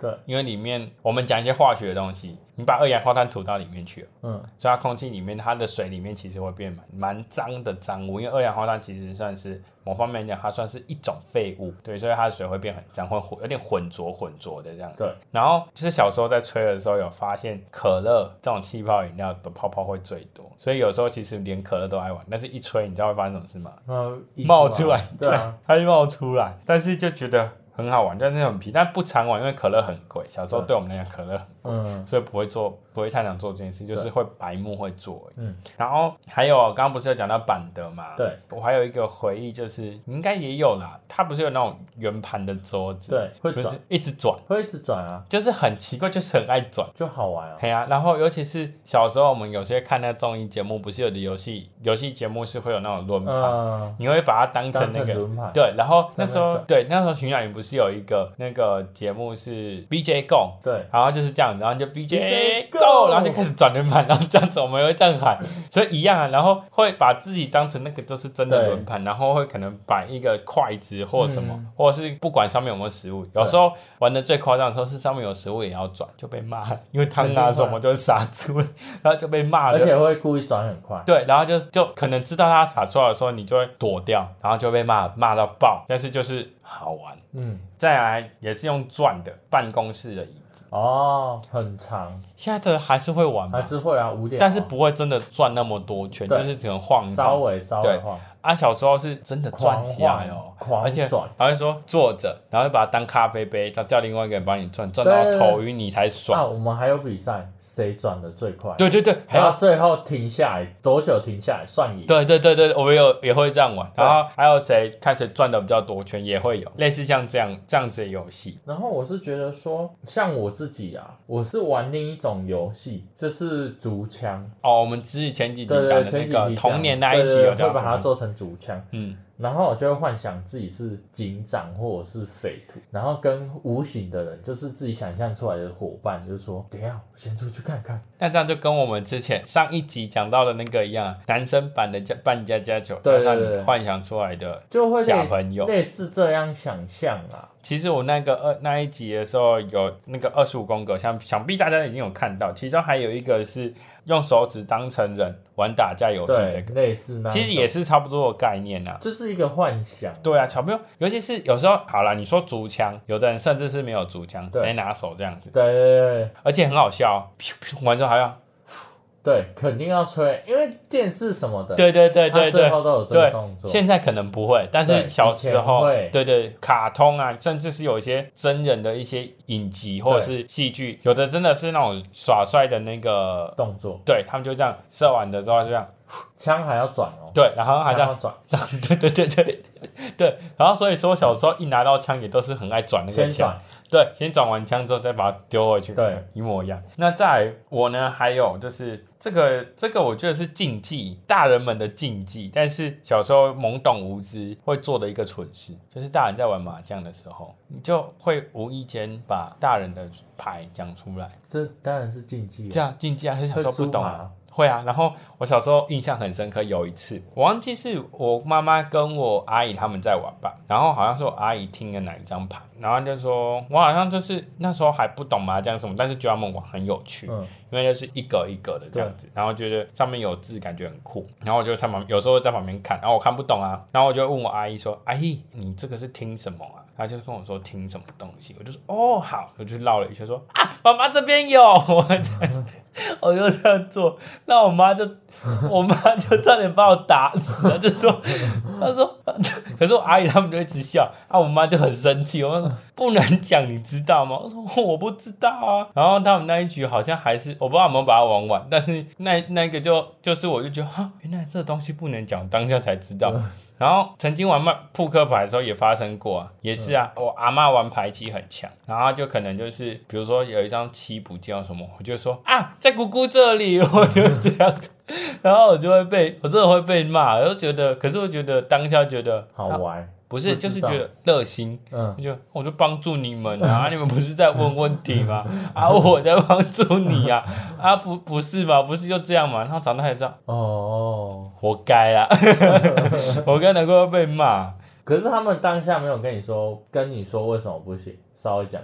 对， 因为里面我们讲一些化学的东西，你把二氧化碳吐到里面去了，所以它空气里面它的水里面其实会变蛮脏的脏污，因为二氧化碳其实算是某方面来讲，它算是一种废物，对，所以它的水会变很脏，会有点混浊的这样子。 对， 然后就是小时候在吹的时候有发现，可乐这种气泡饮料的泡泡会最多，所以有时候其实连可乐都爱玩，但是一吹，你知道会发生什么事吗？冒出来， 对啊， 它就冒出来，但是就觉得很好玩，但是很皮，但不常玩，因为可乐很贵。小时候对我们来讲，可乐很贵，所以不会太常做这件事，就是会白目会做。然后还有刚刚不是有讲到板德嘛？ 对， 我还有一个回忆，就是应该也有啦，它不是有那种圆盘的桌子， 对，会转， 一直转， 会一直转啊， 就是很奇怪，就是很爱转， 就好玩啊。 对啊，然后尤其是小时候我们有些看那综艺节目，不是有的游戏节目是会有那种轮盘，你会把它当成那个轮盘， 对，然后那时候徐乃麟不是有一个那个节目是 BJ Go， 对， 然后就是这样，然后就 BJ Go， 然后就开始转轮盘，然后这样子我们也会这样喊，所以一样啊，然后会把自己当成那个就是真的轮盘，然后会可能摆一个筷子或什么，或者是不管上面有没有食物，有时候玩的最夸张的时候是上面有食物也要转，就被骂了，因为汤啊什么都洒出来，然后就被骂了， 而且会故意转很快， 对，然后就可能知道它洒出来的时候，你就会躲掉，然后就被骂到爆，但是就是好玩。再来也是用转的办公室的椅子很长， 现在的还是会玩吗？ 还是会啊，5点， 但是不会真的转那么多圈，就是只能晃一晃， 稍微晃。 小时候是真的转起来而且还会说坐着，然后把它当咖啡杯，他叫另外一个人帮你转到头晕你才爽。 我们还有比赛，谁转的最快？ 对， 还有最后停下来多久停下来算赢。 对，我们也会这样玩。然后还有谁看谁转的比较多圈也会有类似像这样子的游戏。 然后我是觉得说，像我自己啊，我是玩另一种游戏，就是竹枪。 我们前几集讲的那个童年那一集有会把它做成竹枪。然后我就会幻想自己是警长或者是匪徒，然后跟无形的人，就是自己想象出来的伙伴，就是说，等一下我先出去看看。 那这样就跟我们之前上一集讲到的那个一样，男生版的扮家家酒，加上你幻想出来的就会假朋友， 类似这样想象啊。 其实我那一集的时候有那个25宫格，想必大家已经有看到，其中还有一个是用手指当成人玩打架游戏，这个类似那， 其实也是差不多的概念啊， 就是一个幻想。 对啊，小朋友，尤其是有时候好啦，你说竹枪，有的人甚至是没有竹枪，直接拿手这样子， 对， 而且很好笑，完之后还要。 对，肯定要吹，因为电视什么的， 对， 最后都有这个动作。 现在可能不会，但是小时候，对，卡通啊，甚至是有一些真人的一些影集或者是戏剧，有的真的是那种耍帅的那个动作， 对他们就这样射完的之后就这样， 枪还要转对，然后还这样转， 对，然后所以说小时候一拿到枪也都是很爱转那个枪。对，先转完枪之后再把它丢回去， 对， 一模一样。那再来我呢，还有就是这个我觉得是禁忌，大人们的禁忌，但是小时候懵懂无知会做的一个蠢事，就是大人在玩麻将的时候，你就会无意间把大人的牌讲出来， 这当然是禁忌， 这样禁忌啊，是小时候不懂啊。会啊，然后我小时候印象很深刻，有一次我忘记是我妈妈跟我阿姨他们在玩吧，然后好像是我阿姨听了哪一张牌，然后就说我好像就是那时候还不懂麻将什么，但是觉得他们玩很有趣，因为就是一格一格的这样子，然后觉得上面有字感觉很酷，然后我就有时候在旁边看，然后我看不懂啊，然后我就问我阿姨说，阿姨你这个是听什么啊？他就跟我说听什么东西，我就说好，我就绕了一圈说妈妈这边有，我就这样做，那我妈就差点把我打死了，她说，可是我阿姨他们就一直笑，我妈就很生气，我说不能讲，你知道吗？我说我不知道啊。然后他们那一局好像还是我不知道有没有把它玩完，但是那个就是我就觉得原来这东西不能讲，当下才知道。然后曾经玩扑克牌的时候也发生过啊，也是啊，我阿嬷玩牌技很强，然后就可能就是比如说有一张七不见什么，我就说在姑姑这里，我就这样子，然后我真的会被骂，可是我觉得当下觉得好玩。 不是，就是觉得热心，我就帮助你们啊！你们不是在问问题吗？我在帮助你啊！不是吧？不是就这样嘛？然后长大才知道，活该啦！我该难怪会被骂。 可是他们当下没有跟你说为什么不行，稍微讲一下。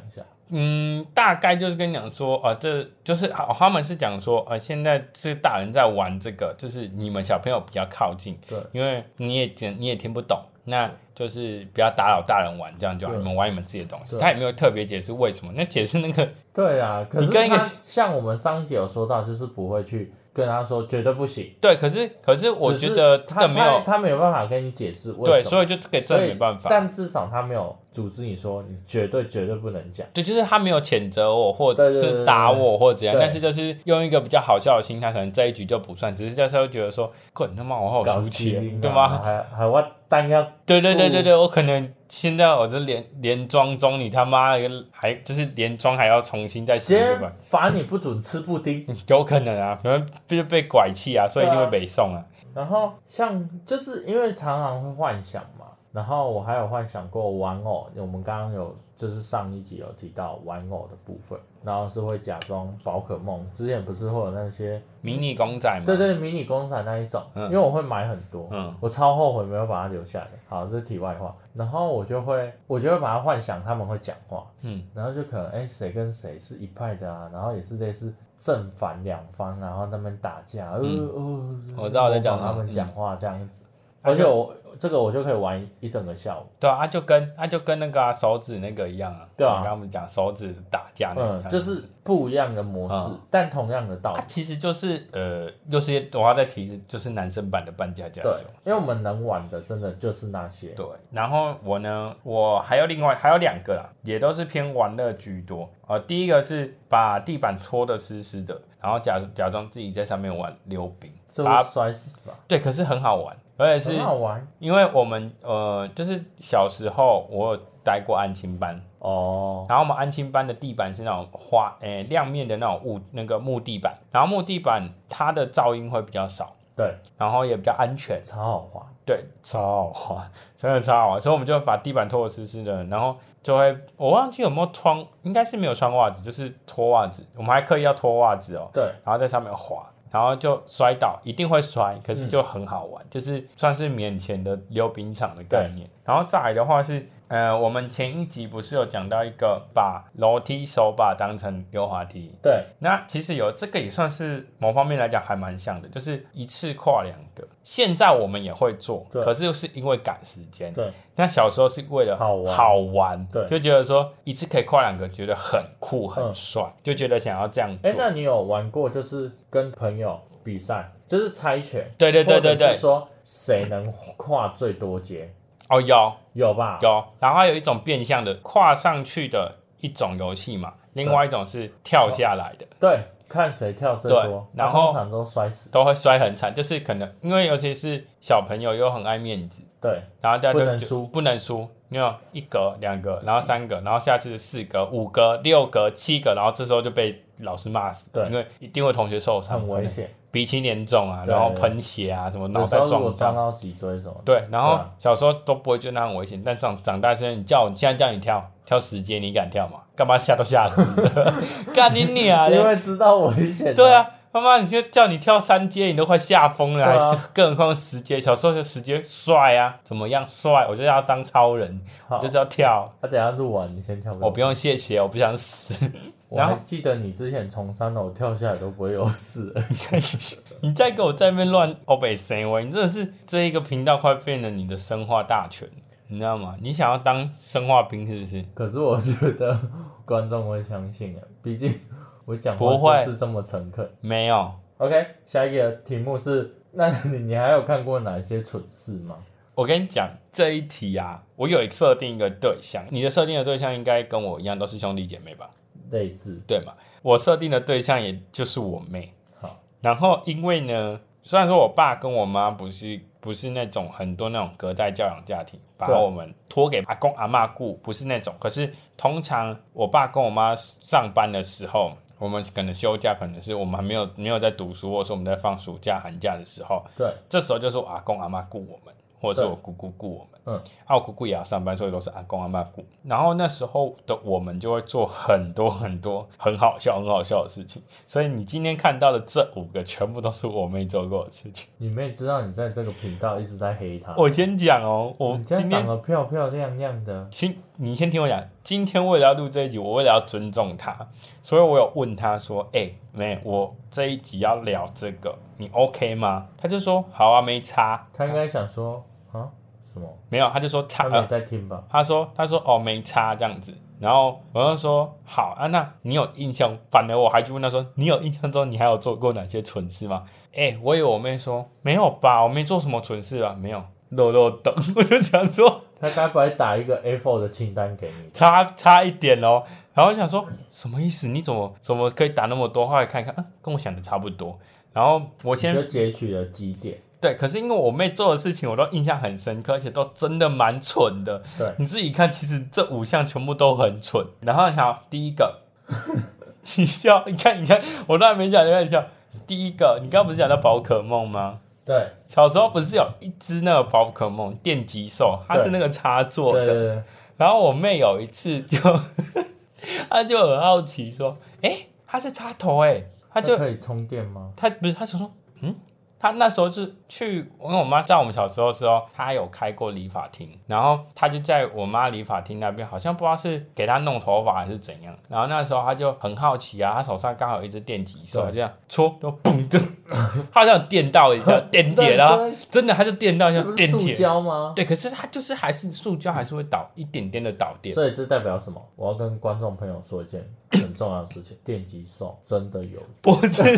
大概就是跟你讲说，这就是他们是讲说，现在是大人在玩这个，就是你们小朋友比较靠近， 对， 因为你也听不懂，那就是不要打扰大人玩，这样就好，你们玩你们自己的东西。他也没有特别解释为什么，那解释那个， 对啊，可是他像我们上一集有说到，就是不会去跟他说绝对不行。 对，可是我觉得这个没有， 他没有办法跟你解释为什么。 对，所以就这个真的没办法。 但至少他没有阻止你说你绝对不能讲。 对，就是他没有谴责我或者就是打我或者怎样，但是就是用一个比较好笑的心态，可能这一局就不算，只是就是会觉得说，滚他妈我好输气，对吗？ 还我单要对，我可能现在我这连庄中，你他妈的还就是连庄还要重新再写一个， 罚你不准吃布丁， 有可能啊，可能就被拐气啊，所以一定会北宋啊。 然后像就是因为常常会幻想嘛，然后我还有幻想过玩偶，我们刚刚有就是上一集有提到玩偶的部分，然后是会假装宝可梦，之前不是会有那些迷你公仔嘛？ 对，迷你公仔那一种，因为我会买很多，我超后悔没有把它留下来。好，这是题外话。然后我就会把它幻想他们会讲话，然后就可能谁跟谁是一派的啊，然后也是类似正反两方，然后他们打架， 我知道我在讲他们讲话这样子，而且这个我就可以玩一整个下午。 对啊，就跟那个手指那个一样啊。对啊，刚刚讲手指打架那个， 就是不一样的模式，但同样的道理。 其实就是又是我要再提，就是男生版的扮家家酒。 对，因为我们能玩的真的就是那些。 对，然后我还有2个啦，也都是偏玩乐居多。第一个是把地板搓得湿湿的，然后假装自己在上面玩溜冰， 这会摔死吧？ 对，可是很好玩。而且是很好玩， 因为我们就是小时候我有待过安亲班然后我们安亲班的地板是那种亮面的那种那个木地板，然后木地板它的噪音会比较少， 对， 然后也比较安全， 超好滑， 对，超好滑，真的超好滑，所以我们就把地板拖得湿湿的，然后就会我忘记有没有应该是没有穿袜子，就是脱袜子，我们还刻意要脱袜子对， 然后在上面滑。然后就摔倒，一定会摔，可是就很好玩，就是算是免钱的溜冰场的概念。然后再来的话是，我们前一集不是有讲到一个把楼梯手把当成溜滑梯？ 对。 那其实这个也算是某方面来讲还蛮像的，就是一次跨2个。现在我们也会做，可是是因为赶时间。 对。 那小时候是为了好玩， 对， 就觉得说一次可以跨2个，觉得很酷很帅，就觉得想要这样做。 那你有玩过就是跟朋友比赛，就是猜拳？ 对，或者是说谁能跨最多阶？有吧？ 有。然后还有一种变相的跨上去的一种游戏嘛，另外一种是跳下来的。 对。看谁跳最多， 然后通常都摔死， 都会摔很惨，就是可能因为尤其是小朋友又很爱面子， 对， 然后大家不能输， 因为1格、2格，然后3格，然后下次4格、5格、6格、7格，然后这时候就被老师骂死， 对， 因为一定会同学受伤， 很危险， 鼻青脸肿啊，然后喷血啊，什么脑袋撞到脊椎什么的， 对，然后小时候都不会觉得那很危险，但长大现在叫你跳10阶，你敢跳吗？干嘛吓都吓死了，干你娘！ 因为知道危险。 对啊，妈妈，你就叫你跳3阶，你都快吓疯了，还是更何况10阶？小时候就10阶帅啊，怎么样帅？我就要当超人，我就是要跳。 等一下录完你先跳。 我不用谢谢，我不想死。 我还记得你之前从3楼跳下来都不会有事。 你再给我在那边乱欧北神威，你真的是这一个频道快变成你的生化大全。你知道吗？你想要当生化兵是不是？ 可是我觉得观众会相信啊，毕竟我讲话就是这么诚恳。 没有。 OK， 下一个题目是，那你还有看过哪些蠢事吗？ 我跟你讲这一题啊，我有设定一个对象，你的设定的对象应该跟我一样都是兄弟姐妹吧？ 类似， 对嘛？我设定的对象也就是我妹。 好， 然后因为呢，虽然说我爸跟我妈不是那种很多那种隔代教养家庭，把我们托给阿公阿嬷顾，不是那种。可是通常我爸跟我妈上班的时候，我们可能休假，可能是我们还没有在读书，或者是我们在放暑假寒假的时候， 对， 这时候就是我阿公阿嬷顾我们， 或者是我姑姑顾我们。我姑姑也要上班，所以都是阿公阿嬷顾。然后那时候的我们就会做很多很多很好笑的事情。所以你今天看到的这5个，全部都是我妹做过的事情。 你妹知道你在这个频道一直在黑她。 我先讲哦， 你今天长得漂漂亮亮的。 你先听我讲。今天为了要录这一集，我为了要尊重她，所以我有问她说：“妹，我这一集要聊这个，你 OK 吗？”她就说：“好啊，没差。” 她应该想说啊什么？ 没有，她就说她没在听吧？ 她说哦没差这样子。然后我就说好啊，那你有印象？反而我还去问她说：“你有印象中你还有做过哪些蠢事吗？”我以为我妹说没有吧，我没做什么蠢事啊，没有。漏洞，我就想说， 他该不会打一个 A4 的清单给你？ 差一点哦。然后我想说，什么意思？你怎么可以打那么多？后来看一看，跟我想的差不多。然后我先就截取了几点。 对，可是因为我妹做的事情，我都印象很深刻，而且都真的蛮蠢的。 对， 你自己看，其实这5项全部都很蠢。然后好，第一个，你笑，你看，我都还没讲，你看笑。第一个，你刚刚不是讲到宝可梦吗？ 对， 小时候不是有一只那个宝可梦电击兽，它是那个插座的。 对。 然后我妹有一次她就很好奇说：“它是插头它就可以充电吗？” 她想说，他那时候是去，因为我妈在我们小时候的时候，她有开过理发厅，然后她就在我妈理发厅那边，好像不知道是给她弄头发还是怎样。然后那时候她就很好奇啊，她手上刚好有一只电击兽，这样戳，就嘣，就她好像电到一下，电解了，真的，她就电到一下，电解。 塑胶吗？ 对，可是它就是还是塑胶，还是会导一点点的导电。 所以这代表什么？我要跟观众朋友说一件很重要的事情：电击兽真的有。 不是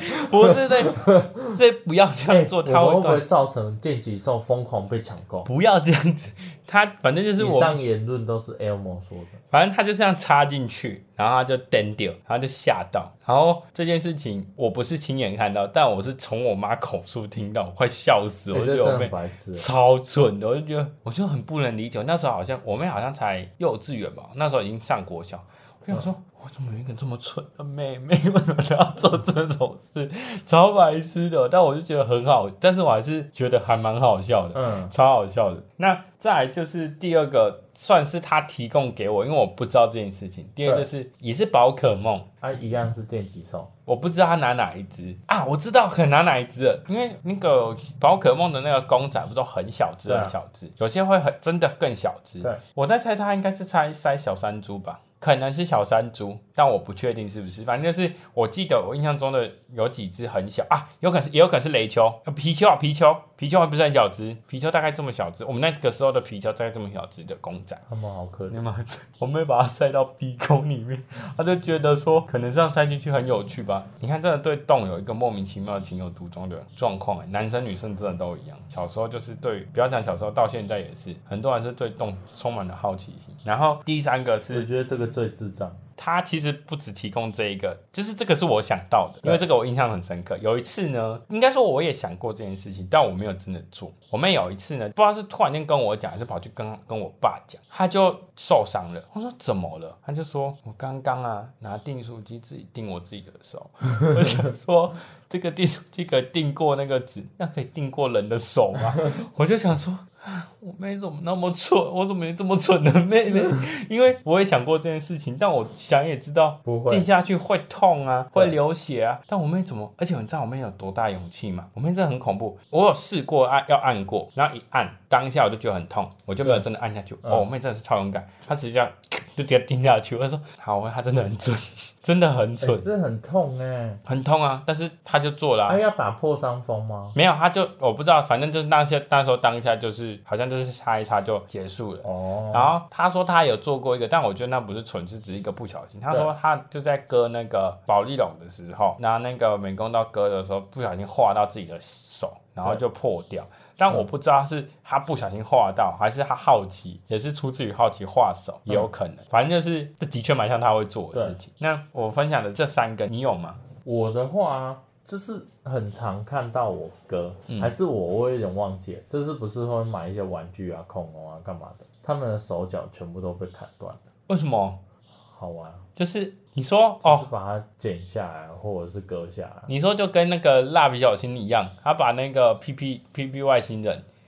这不要这样做。 我会不会造成电击兽疯狂被抢购？ 不要这样子，他反正就是以上言论都是 Elmo 说的。 反正他就这样插进去，然后他就电掉，然后就吓到。然后这件事情我不是亲眼看到，但我是从我妈口述听到，我快笑死了。我觉得我妹超蠢的，我就觉得我就很不能理解。那时候我妹好像才幼稚园吧，那时候已经上国小。我想说，我怎么有一个这么蠢的妹妹？为什么她要做这种事？超白痴的，但我就觉得很好，但是我还是觉得还蛮好笑的，超好笑的。那再来就是第二个，算是他提供给我，因为我不知道这件事情。第二个就是也是宝可梦， 一样是电击兽， 我不知道他拿哪一只啊，我知道可能拿哪一只了，因为那个宝可梦的那个公仔不都很小只很小只，有些会真的更小只。对，我在猜他应该是塞小山猪吧。可能是小山猪，但我不确定是不是。反正就是我记得我印象中的有几只很小啊，也有可能是雷丘、皮丘还不是很小只，皮丘大概这么小只。我们那个时候的皮丘大概这么小只的公仔， 他们好可怜。 我妹把它塞到鼻孔里面，她就觉得说可能这样塞进去很有趣吧。你看，真的对动有一个莫名其妙的情有独钟的状况，男生女生真的都一样。小时候就是对，不要讲小时候，到现在也是，很多人是对动充满了好奇心。然后第三个是， 我觉得这个最智障。 他其实不只提供这一个，就是这个是我想到的，因为这个我印象很深刻。有一次呢，应该说我也想过这件事情，但我没有真的做。我妹有一次呢，不知道是突然间跟我讲，还是跑去跟我爸讲，他就受伤了。我说怎么了？他就说我刚刚拿订书机自己订我自己的手。我想说这个订书机可以订过那个纸，那可以订过人的手吗？我就想说。我妹怎么那么蠢？我怎么有这么蠢的妹妹？因为我也想过这件事情，但我想也知道，定下去会痛啊，会流血啊。但我妹怎么？而且你知道我妹有多大勇气吗？我妹真的很恐怖。我有试过要按过，然后一按，当下我就觉得很痛，我就没有真的按下去。我妹真的是超勇敢，她直接这样就直接钉下去。她说：“好，她真的很准。”真的很蠢， 这很痛很痛啊！但是他就做了。 要打破伤风吗？ 没有，他就我不知道，反正就是那时候当下就是好像就是擦一擦就结束了。然后他说他有做过一个，但我觉得那不是蠢，是只是一个不小心。他说他就在割那个保丽龙的时候，拿那个美工刀割的时候，不小心划到自己的手，然后就破掉。但我不知道是他不小心划到，还是他好奇，也是出自于好奇划手，也有可能。反正就是这的确蛮像他会做的事情。那我分享的这3个，你有吗？ 我的话，就是很常看到我哥，还是我有点忘记了，就是不是会买一些玩具啊、恐龙啊干嘛的，他们的手脚全部都被砍断了。 为什么？ 好玩， 就是你说就是把它剪下来或者是割下来。 你说就跟那个蜡笔小新一样，他把那个 PP 外星人， 对，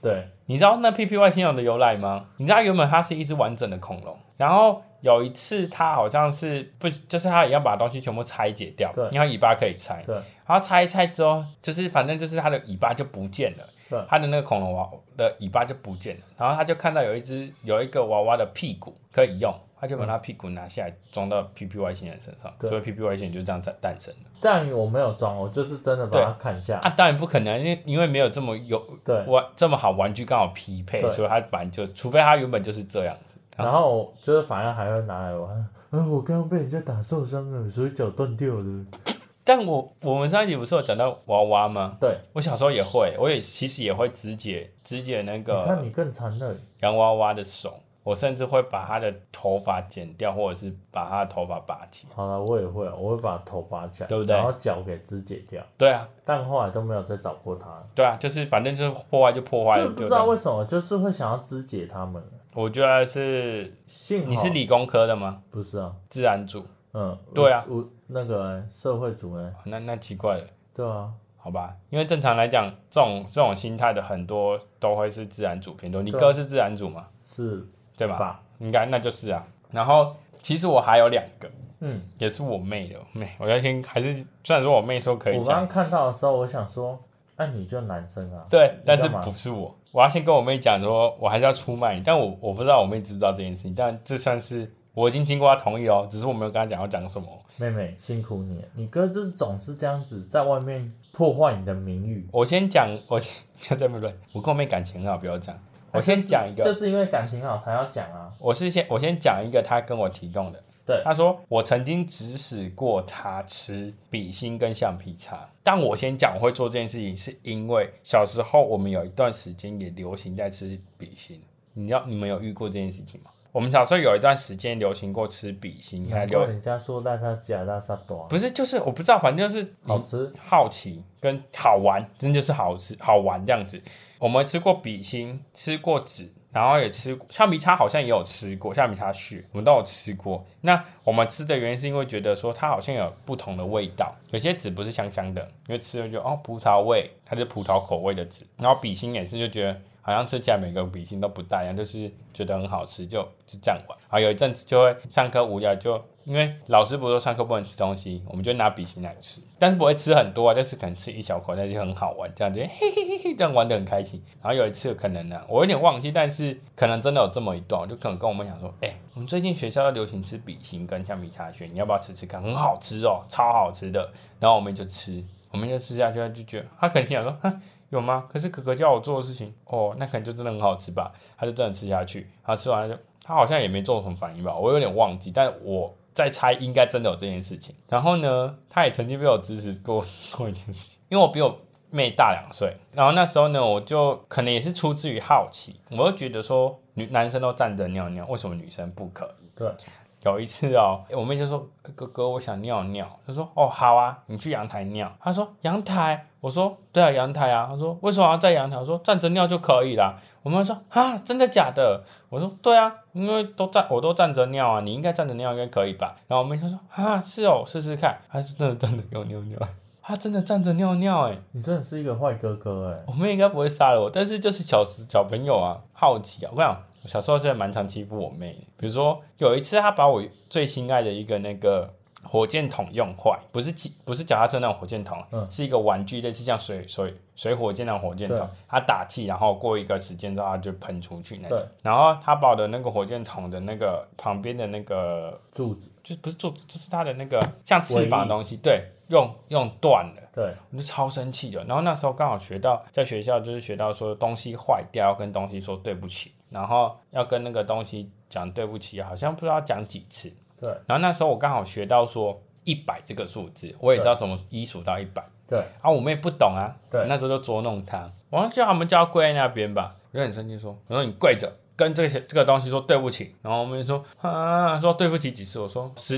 你知道那 PPY 新龙的由来吗？你知道原本它是一只完整的恐龙，然后有一次它好像是不就是它也要把东西全部拆解掉，因为它尾巴可以拆， 对， 然后拆一拆之后，就是反正就是它的尾巴就不见了。他的那个恐龙娃的尾巴就不见了，然后他就看到有一个娃娃的屁股可以用，他就把他屁股拿下来装到 PPY 星人身上，所以 PPY 星人就这样诞生了。 但我没有装，我就是真的把它砍下。 当然不可能，因为没有这么这么好玩具刚好匹配，所以他本来就除非他原本就是这样子。 然后就是反正还会拿来玩，我刚刚被人家打受伤了，所以脚断掉了。 但我们上一集不是有讲到娃娃吗？ 对， 我小时候也会，我也其实也会肢解那个。 你看你更残忍， 洋娃娃的手，我甚至会把他的头发剪掉，或者是把他的头发拔起来。 好了，我也会，我会把头拔起来， 对不对？ 然后脚给肢解掉。 对啊， 但后来都没有再找过他。 对啊，就是反正就是破坏就破坏了， 就不知道为什么，就是会想要肢解他们。 我觉得是，你是理工科的吗？ 不是啊， 自然组。 对啊，那个社会组呢？ 那奇怪了。 对啊， 好吧，因为正常来讲，这种心态的很多都会是自然组偏多。你哥是自然组吗？ 是， 对吧？应该那就是啊。然后其实我还有2个，也是我妹的妹。我要先还是虽然说我妹说可以讲， 我刚刚看到的时候，我想说，你就男生啊？ 对，但是不是我。我要先跟我妹讲说，我还是要出卖你，但我不知道我妹知道这件事情，但这算是。我已经经过她同意哦，只是我没有跟她讲要讲什么。 妹妹辛苦你了，你哥就是总是这样子在外面破坏你的名誉。 我先不要这么乱。我跟我妹感情很好，不要这样。我先讲一个， 就是因为感情好才要讲啊。 我先讲一个她跟我提供的。 对， 她说我曾经指使过她吃笔芯跟橡皮擦。但我先讲我会做这件事情，是因为小时候我们有一段时间也流行在吃笔芯。你们有遇过这件事情吗？我们小时候有一段时间流行过吃笔芯， 难怪人家说大沙假大沙多， 不是就是我不知道，反正就是好吃、 好奇跟好玩，真的就是好吃好玩这样子。我们吃过笔芯，吃过纸，然后也吃过橡皮擦，好像也有吃过橡皮擦屑，我们都有吃过。那我们吃的原因是因为觉得说它好像有不同的味道，有些纸不是香香的，因为吃了就葡萄味，它是葡萄口味的纸。然后笔芯也是就觉得。好像吃起来每个笔芯都不大一样，就是觉得很好吃，就这样玩。然后有一阵子就会上课无聊，就因为老师不是说上课不能吃东西，我们就拿笔芯来吃，但是不会吃很多啊，就是可能吃一小口，但是很好玩，这样就嘿嘿嘿嘿，这样玩得很开心。然后有一次可能呢，我有点忘记，但是可能真的有这么一段，我就可能跟我们讲说，我们最近学校要流行吃笔芯跟橡皮擦屑，你要不要吃吃看？很好吃哦，超好吃的。然后我们就吃下去，就觉得他可能心想说，哼。有吗？可是哥哥叫我做的事情，那可能就真的很好吃吧。他就真的吃下去，他吃完他好像也没做什么反应吧，我有点忘记，但我在猜应该真的有这件事情。然后呢，他也曾经被我指使过做一件事情，因为我比我妹大2岁，然后那时候呢，我就可能也是出自于好奇，我就觉得说男生都站着尿尿，为什么女生不可以？ 对。 有一次我妹就说：“哥哥，我想尿尿。”他说：“好啊，你去阳台尿。”他说：“阳台？”我说：“对啊，阳台啊。”他说：“为什么要在阳台？”我说：“站着尿就可以啦。”我妈说：“啊，真的假的？”我说：“对啊，因为我都站着尿啊，你应该站着尿应该可以吧？”然后我妹就说：“啊，是哦，试试看。”他是真的站着尿尿，他真的站着尿尿你真的是一个坏哥哥我妹应该不会杀了我，但是就是小朋友啊，好奇啊，我跟你讲。我小时候真的蛮常欺负我妹的，比如说有一次她把我最心爱的一个那个火箭筒用坏，不是脚踏车那种火箭筒，是一个玩具，类似像水火箭那种火箭筒，它打气，然后过一个时间之后它就喷出去那种。然后她把我的那个火箭筒的那个旁边的那个柱子， 就不是柱子，就是它的那个像翅膀的东西，对，用断了。 对， 我就超生气的。然后那时候刚好在学校就是学到说东西坏掉要跟东西说对不起。然后要跟那个东西讲对不起，好像不知道讲几次。 对。 然后那时候我刚好学到说100这个数字，我也知道怎么1数到100。 对。 我妹不懂啊。 对。 那时候就捉弄她，我叫他们叫她跪在那边吧，我就很生气说，我说你跪着跟这个东西说对不起。然后我妹说说对不起几次，我说10次。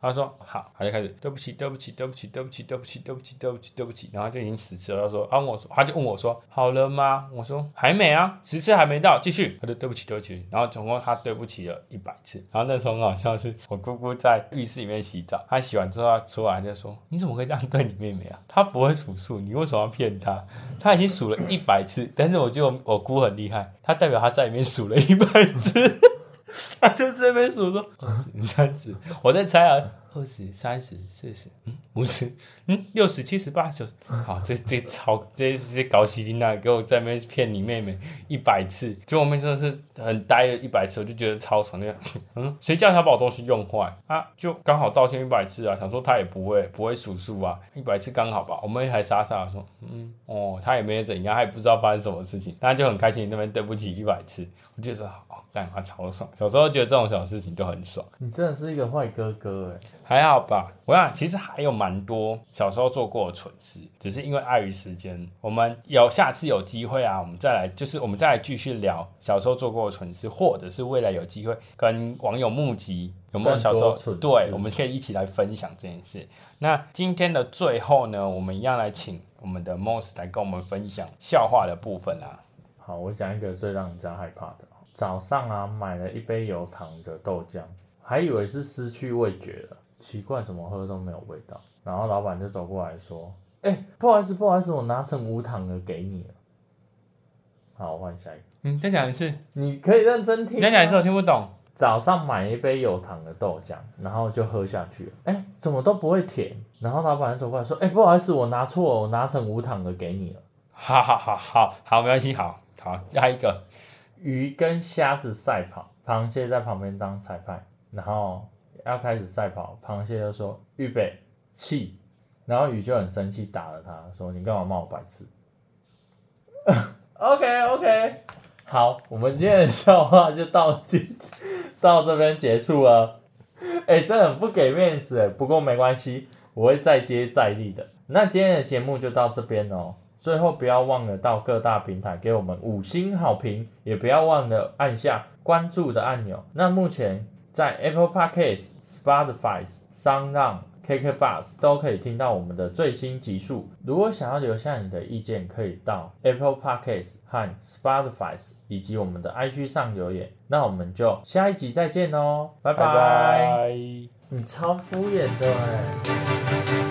他说好，他就开始对不起，对不起，对不起，对不起，对不起，对不起，对不起，对不起，然后就已经10次了。他就问我说好了吗？我说还没啊，10次还没到，继续。他就对不起，对不起，然后总共他对不起了100次。然后那时候很好笑是，我姑姑在浴室里面洗澡，她洗完之后她出来就说你怎么可以这样对你妹妹啊？她不会数数，你为什么要骗她？她已经数了100次，但是我觉得我姑很厉害，她代表她在里面数了100次。他就在那边数说20、30，我在猜啊，20、30、40、50、60、70、80、90，好，这些搞西丁娜给我在那边骗你妹妹100次，结果我妹真的是很呆了100次，我就觉得超爽。那个，谁叫他把我东西用坏啊？就刚好道歉100次啊，想说他也不会数数啊，100次刚好吧。我妹还傻傻的说，他也没怎样，他也不知道发生什么事情，但他就很开心那边对不起100次，我就说干他超爽，小时候觉得这种小事情就很爽。 你真的是一个坏哥哥哎， 还好吧？我想其实还有蛮多小时候做过的蠢事，只是因为碍于时间，我们下次有机会啊，我们再来继续聊小时候做过的蠢事，或者是未来有机会跟网友募集有没有小时候对，我们可以一起来分享这件事。那今天的最后呢，我们一样来请我们的 Moss 来跟我们分享笑话的部分啊。 好，我讲一个最让人家害怕的。早上啊，买了一杯有糖的豆浆，还以为是失去味觉了，奇怪怎么喝都没有味道。然后老板就走过来说：“不好意思，我拿成无糖的给你了。”好，我换下一个。 再讲一次， 你可以认真听。 再讲一次，我听不懂。 早上买一杯有糖的豆浆，然后就喝下去了。怎么都不会甜。然后老板就走过来说：“不好意思，我拿错了，我拿成无糖的给你了。” 好，没关系，好，下一个。 鱼跟虾子赛跑，螃蟹在旁边当裁判，然后要开始赛跑，螃蟹就说预备起，然后鱼就很生气打了他，说你干嘛骂我白痴？OK， 好，我们今天的笑话就到这边结束了。真的很不给面子不过没关系，我会再接再厉的。那今天的节目就到这边哦。最后不要忘了到各大平台给我们5星好评，也不要忘了按下关注的按钮。那目前在 Apple Podcast、Spotify、SoundOn、KKBox 都可以听到我们的最新集数。如果想要留下你的意见，可以到 Apple Podcast 和 Spotify 以及我们的 IG 上留言。那我们就下一集再见哦，拜拜。你超敷衍的